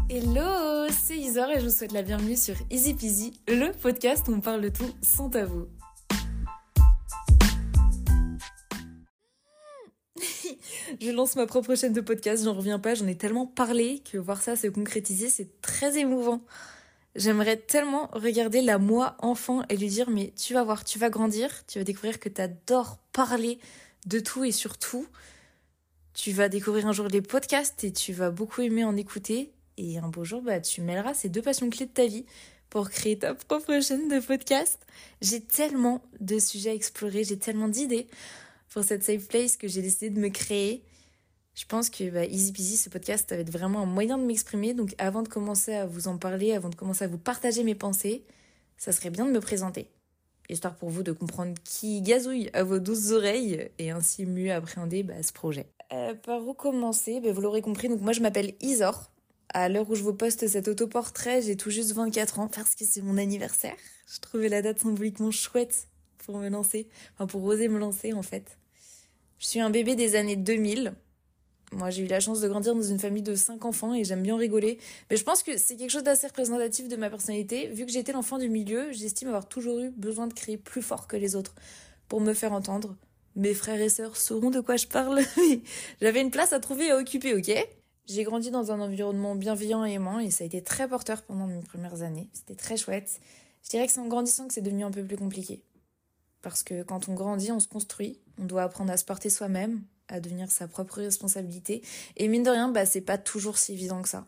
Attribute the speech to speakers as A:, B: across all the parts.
A: Hello, c'est Isor et je vous souhaite la bienvenue sur Easy Peasy, le podcast où on parle de tout sans tabou. Je lance ma propre chaîne de podcast, j'en reviens pas, j'en ai tellement parlé que voir ça se concrétiser, c'est très émouvant. J'aimerais tellement regarder la moi enfant et lui dire mais tu vas voir, tu vas grandir, tu vas découvrir que t'adores parler de tout et surtout, tu vas découvrir un jour les podcasts et tu vas beaucoup aimer en écouter. Et un beau jour, tu mêleras ces deux passions clés de ta vie pour créer ta propre chaîne de podcast. J'ai tellement de sujets à explorer, j'ai tellement d'idées pour cette safe place que j'ai décidé de me créer. Je pense que Easy Peasy, ce podcast, ça va être vraiment un moyen de m'exprimer. Donc avant de commencer à vous en parler, avant de commencer à vous partager mes pensées, ça serait bien de me présenter. Histoire pour vous de comprendre qui gazouille à vos douces oreilles et ainsi mieux appréhender ce projet. Par où commencer ? Vous l'aurez compris, donc moi je m'appelle Isor. À l'heure où je vous poste cet autoportrait, j'ai tout juste 24 ans parce que c'est mon anniversaire. Je trouvais la date symboliquement chouette pour me lancer, pour oser me lancer en fait. Je suis un bébé des années 2000. Moi, j'ai eu la chance de grandir dans une famille de 5 enfants et j'aime bien rigoler. Mais je pense que c'est quelque chose d'assez représentatif de ma personnalité. Vu que j'étais l'enfant du milieu, j'estime avoir toujours eu besoin de crier plus fort que les autres pour me faire entendre. Mes frères et sœurs sauront de quoi je parle. J'avais une place à trouver et à occuper, ok ? J'ai grandi dans un environnement bienveillant et aimant et ça a été très porteur pendant mes premières années. C'était très chouette. Je dirais que c'est en grandissant que c'est devenu un peu plus compliqué. Parce que quand on grandit, on se construit. On doit apprendre à se porter soi-même, à devenir sa propre responsabilité. Et mine de rien, c'est pas toujours si évident que ça.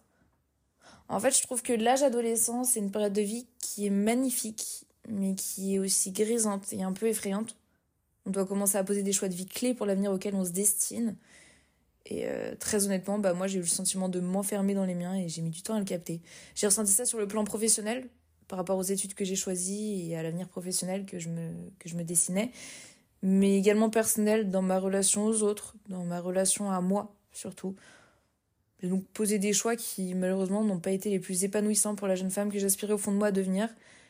A: En fait, je trouve que l'âge adolescent, c'est une période de vie qui est magnifique, mais qui est aussi grisante et un peu effrayante. On doit commencer à poser des choix de vie clés pour l'avenir auquel on se destine. Et très honnêtement, moi j'ai eu le sentiment de m'enfermer dans les miens et j'ai mis du temps à le capter. J'ai ressenti ça sur le plan professionnel, par rapport aux études que j'ai choisies et à l'avenir professionnel que je me dessinais, mais également personnel dans ma relation aux autres, dans ma relation à moi surtout. J'ai donc posé des choix qui malheureusement n'ont pas été les plus épanouissants pour la jeune femme que j'aspirais au fond de moi à devenir.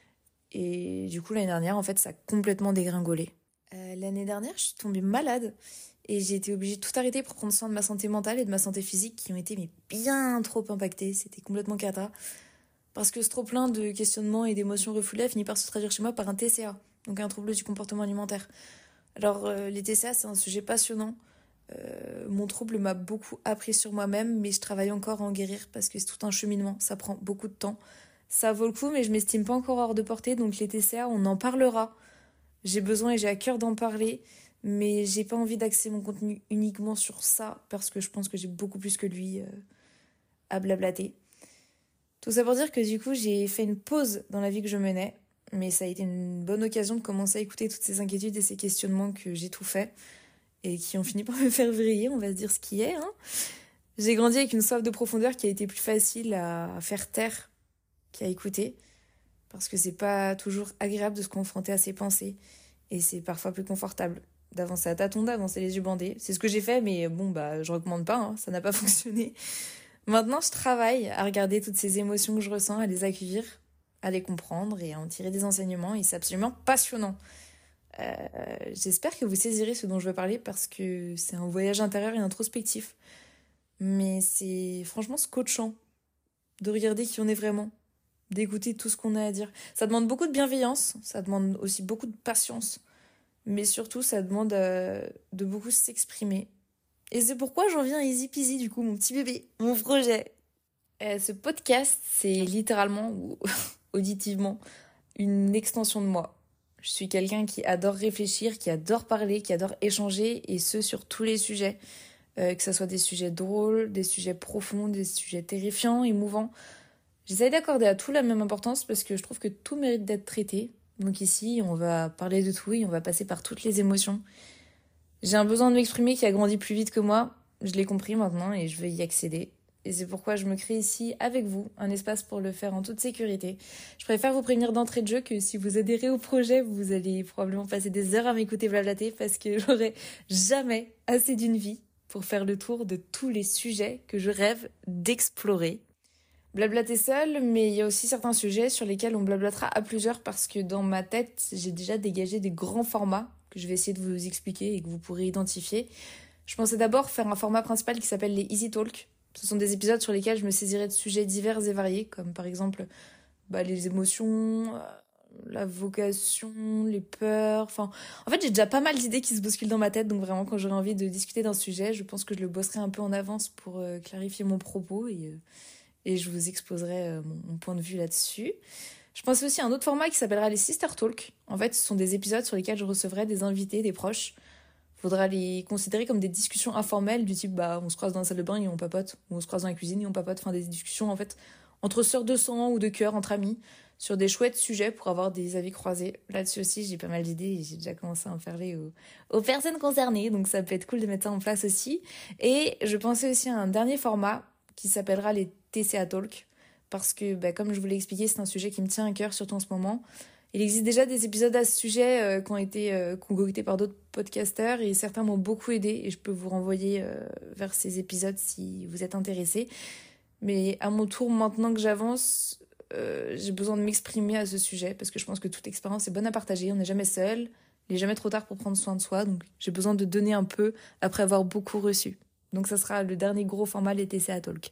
A: Et du coup l'année dernière, en fait, ça a complètement dégringolé. L'année dernière, je suis tombée malade. Et j'ai été obligée de tout arrêter pour prendre soin de ma santé mentale et de ma santé physique qui ont été bien trop impactées. C'était complètement cata. Parce que ce trop plein de questionnements et d'émotions refoulées a fini par se traduire chez moi par un TCA, donc un trouble du comportement alimentaire. Alors les TCA, c'est un sujet passionnant. Mon trouble m'a beaucoup appris sur moi-même, mais je travaille encore à en guérir parce que c'est tout un cheminement, ça prend beaucoup de temps. Ça vaut le coup, mais je m'estime pas encore hors de portée, donc les TCA, on en parlera. J'ai besoin et j'ai à cœur d'en parler. Mais j'ai pas envie d'axer mon contenu uniquement sur ça parce que je pense que j'ai beaucoup plus que lui à blablater. Tout ça pour dire que du coup j'ai fait une pause dans la vie que je menais, mais ça a été une bonne occasion de commencer à écouter toutes ces inquiétudes et ces questionnements que j'ai tout fait et qui ont fini par me faire vriller, on va se dire ce qui est. J'ai grandi avec une soif de profondeur qui a été plus facile à faire taire qu'à écouter parce que c'est pas toujours agréable de se confronter à ses pensées et c'est parfois plus confortable d'avancer à tâtons, d'avancer les yeux bandés. C'est ce que j'ai fait, mais je recommande pas, ça n'a pas fonctionné. Maintenant, je travaille à regarder toutes ces émotions que je ressens, à les accueillir, à les comprendre et à en tirer des enseignements, et c'est absolument passionnant. J'espère que vous saisirez ce dont je veux parler parce que c'est un voyage intérieur et introspectif. Mais c'est franchement scotchant de regarder qui on est vraiment, d'écouter tout ce qu'on a à dire. Ça demande beaucoup de bienveillance, ça demande aussi beaucoup de patience. Mais surtout, ça demande de beaucoup s'exprimer. Et c'est pourquoi j'en viens à Easy Peasy, du coup, mon petit bébé, mon projet. Ce podcast, c'est littéralement, ou auditivement, une extension de moi. Je suis quelqu'un qui adore réfléchir, qui adore parler, qui adore échanger, et ce, sur tous les sujets. Que ce soit des sujets drôles, des sujets profonds, des sujets terrifiants, émouvants. J'essaie d'accorder à tout la même importance parce que je trouve que tout mérite d'être traité. Donc ici, on va parler de tout et on va passer par toutes les émotions. J'ai un besoin de m'exprimer qui a grandi plus vite que moi. Je l'ai compris maintenant et je veux y accéder. Et c'est pourquoi je me crée ici, avec vous, un espace pour le faire en toute sécurité. Je préfère vous prévenir d'entrée de jeu que si vous adhérez au projet, vous allez probablement passer des heures à m'écouter blablater parce que j'aurai jamais assez d'une vie pour faire le tour de tous les sujets que je rêve d'explorer. Blablater seul, mais il y a aussi certains sujets sur lesquels on blablatera à plusieurs parce que dans ma tête, j'ai déjà dégagé des grands formats que je vais essayer de vous expliquer et que vous pourrez identifier. Je pensais d'abord faire un format principal qui s'appelle les Easy Talk, Ce sont des épisodes sur lesquels je me saisirai de sujets divers et variés, comme par exemple les émotions, la vocation, les peurs. Enfin, en fait, j'ai déjà pas mal d'idées qui se bousculent dans ma tête, donc vraiment, quand j'aurai envie de discuter d'un sujet, je pense que je le bosserai un peu en avance pour clarifier mon propos et je vous exposerai mon point de vue là-dessus. Je pense aussi à un autre format qui s'appellera les Sister Talk. En fait, ce sont des épisodes sur lesquels je recevrai des invités, des proches. Faudra les considérer comme des discussions informelles du type on se croise dans la salle de bain et on papote, ou on se croise dans la cuisine et on papote. Enfin, des discussions en fait entre sœurs de sang ou de cœur, entre amis, sur des chouettes sujets pour avoir des avis croisés. Là-dessus aussi, j'ai pas mal d'idées et j'ai déjà commencé à en parler aux personnes concernées, donc ça peut être cool de mettre ça en place aussi. Et je pensais aussi à un dernier format qui s'appellera les TCA Talk, parce que comme je vous l'ai expliqué, c'est un sujet qui me tient à cœur, surtout en ce moment. Il existe déjà des épisodes à ce sujet qui ont été concoctés par d'autres podcasteurs et certains m'ont beaucoup aidé et je peux vous renvoyer vers ces épisodes si vous êtes intéressés. Mais à mon tour, maintenant que j'avance, j'ai besoin de m'exprimer à ce sujet parce que je pense que toute expérience est bonne à partager. On n'est jamais seul, il n'est jamais trop tard pour prendre soin de soi, donc j'ai besoin de donner un peu après avoir beaucoup reçu. Donc ça sera le dernier gros format, les TCA Talk.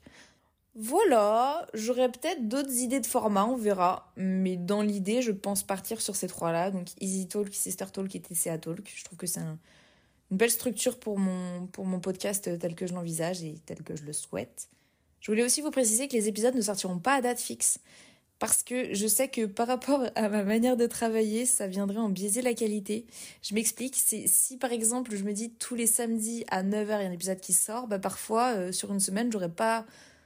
A: Voilà, j'aurais peut-être d'autres idées de format, on verra. Mais dans l'idée, je pense partir sur ces trois-là. Donc Easy Talk, Sister Talk et TCA Talk. Je trouve que c'est une belle structure pour mon podcast tel que je l'envisage et tel que je le souhaite. Je voulais aussi vous préciser que les épisodes ne sortiront pas à date fixe. Parce que je sais que par rapport à ma manière de travailler, ça viendrait en biaiser la qualité. Je m'explique, c'est si par exemple je me dis tous les samedis à 9h il y a un épisode qui sort, parfois sur une semaine j'aurais pas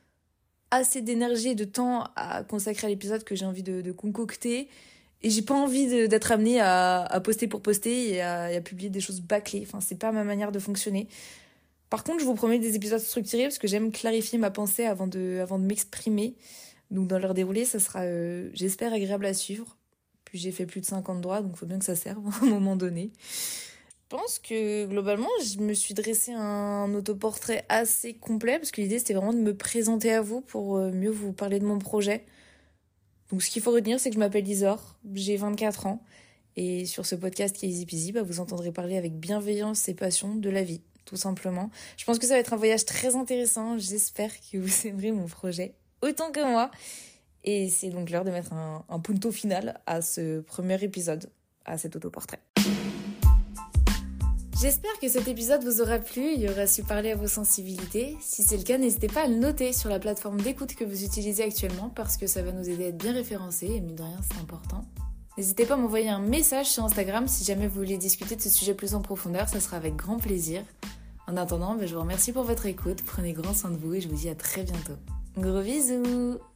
A: assez d'énergie et de temps à consacrer à l'épisode que j'ai envie de concocter et j'ai pas envie d'être amenée à poster pour poster et à publier des choses bâclées. Enfin, c'est pas ma manière de fonctionner. Par contre, je vous promets des épisodes structurés parce que j'aime clarifier ma pensée avant de m'exprimer. Donc dans leur déroulé, ça sera, j'espère, agréable à suivre. Puis j'ai fait plus de 50 droits, donc il faut bien que ça serve à un moment donné. Je pense que globalement, je me suis dressé un autoportrait assez complet parce que l'idée c'était vraiment de me présenter à vous pour mieux vous parler de mon projet. Donc ce qu'il faut retenir, c'est que je m'appelle Isor, j'ai 24 ans et sur ce podcast qui est Easy Peasy, vous entendrez parler avec bienveillance et passion de la vie, tout simplement. Je pense que ça va être un voyage très intéressant, j'espère que vous aimerez mon projet autant que moi. Et c'est donc l'heure de mettre un punto final à ce premier épisode, à cet autoportrait. J'espère que cet épisode vous aura plu, il aura su parler à vos sensibilités. Si c'est le cas, n'hésitez pas à le noter sur la plateforme d'écoute que vous utilisez actuellement parce que ça va nous aider à être bien référencés et mine de rien, c'est important. N'hésitez pas à m'envoyer un message sur Instagram si jamais vous voulez discuter de ce sujet plus en profondeur, ça sera avec grand plaisir. En attendant, je vous remercie pour votre écoute, prenez grand soin de vous et je vous dis à très bientôt. Gros bisous!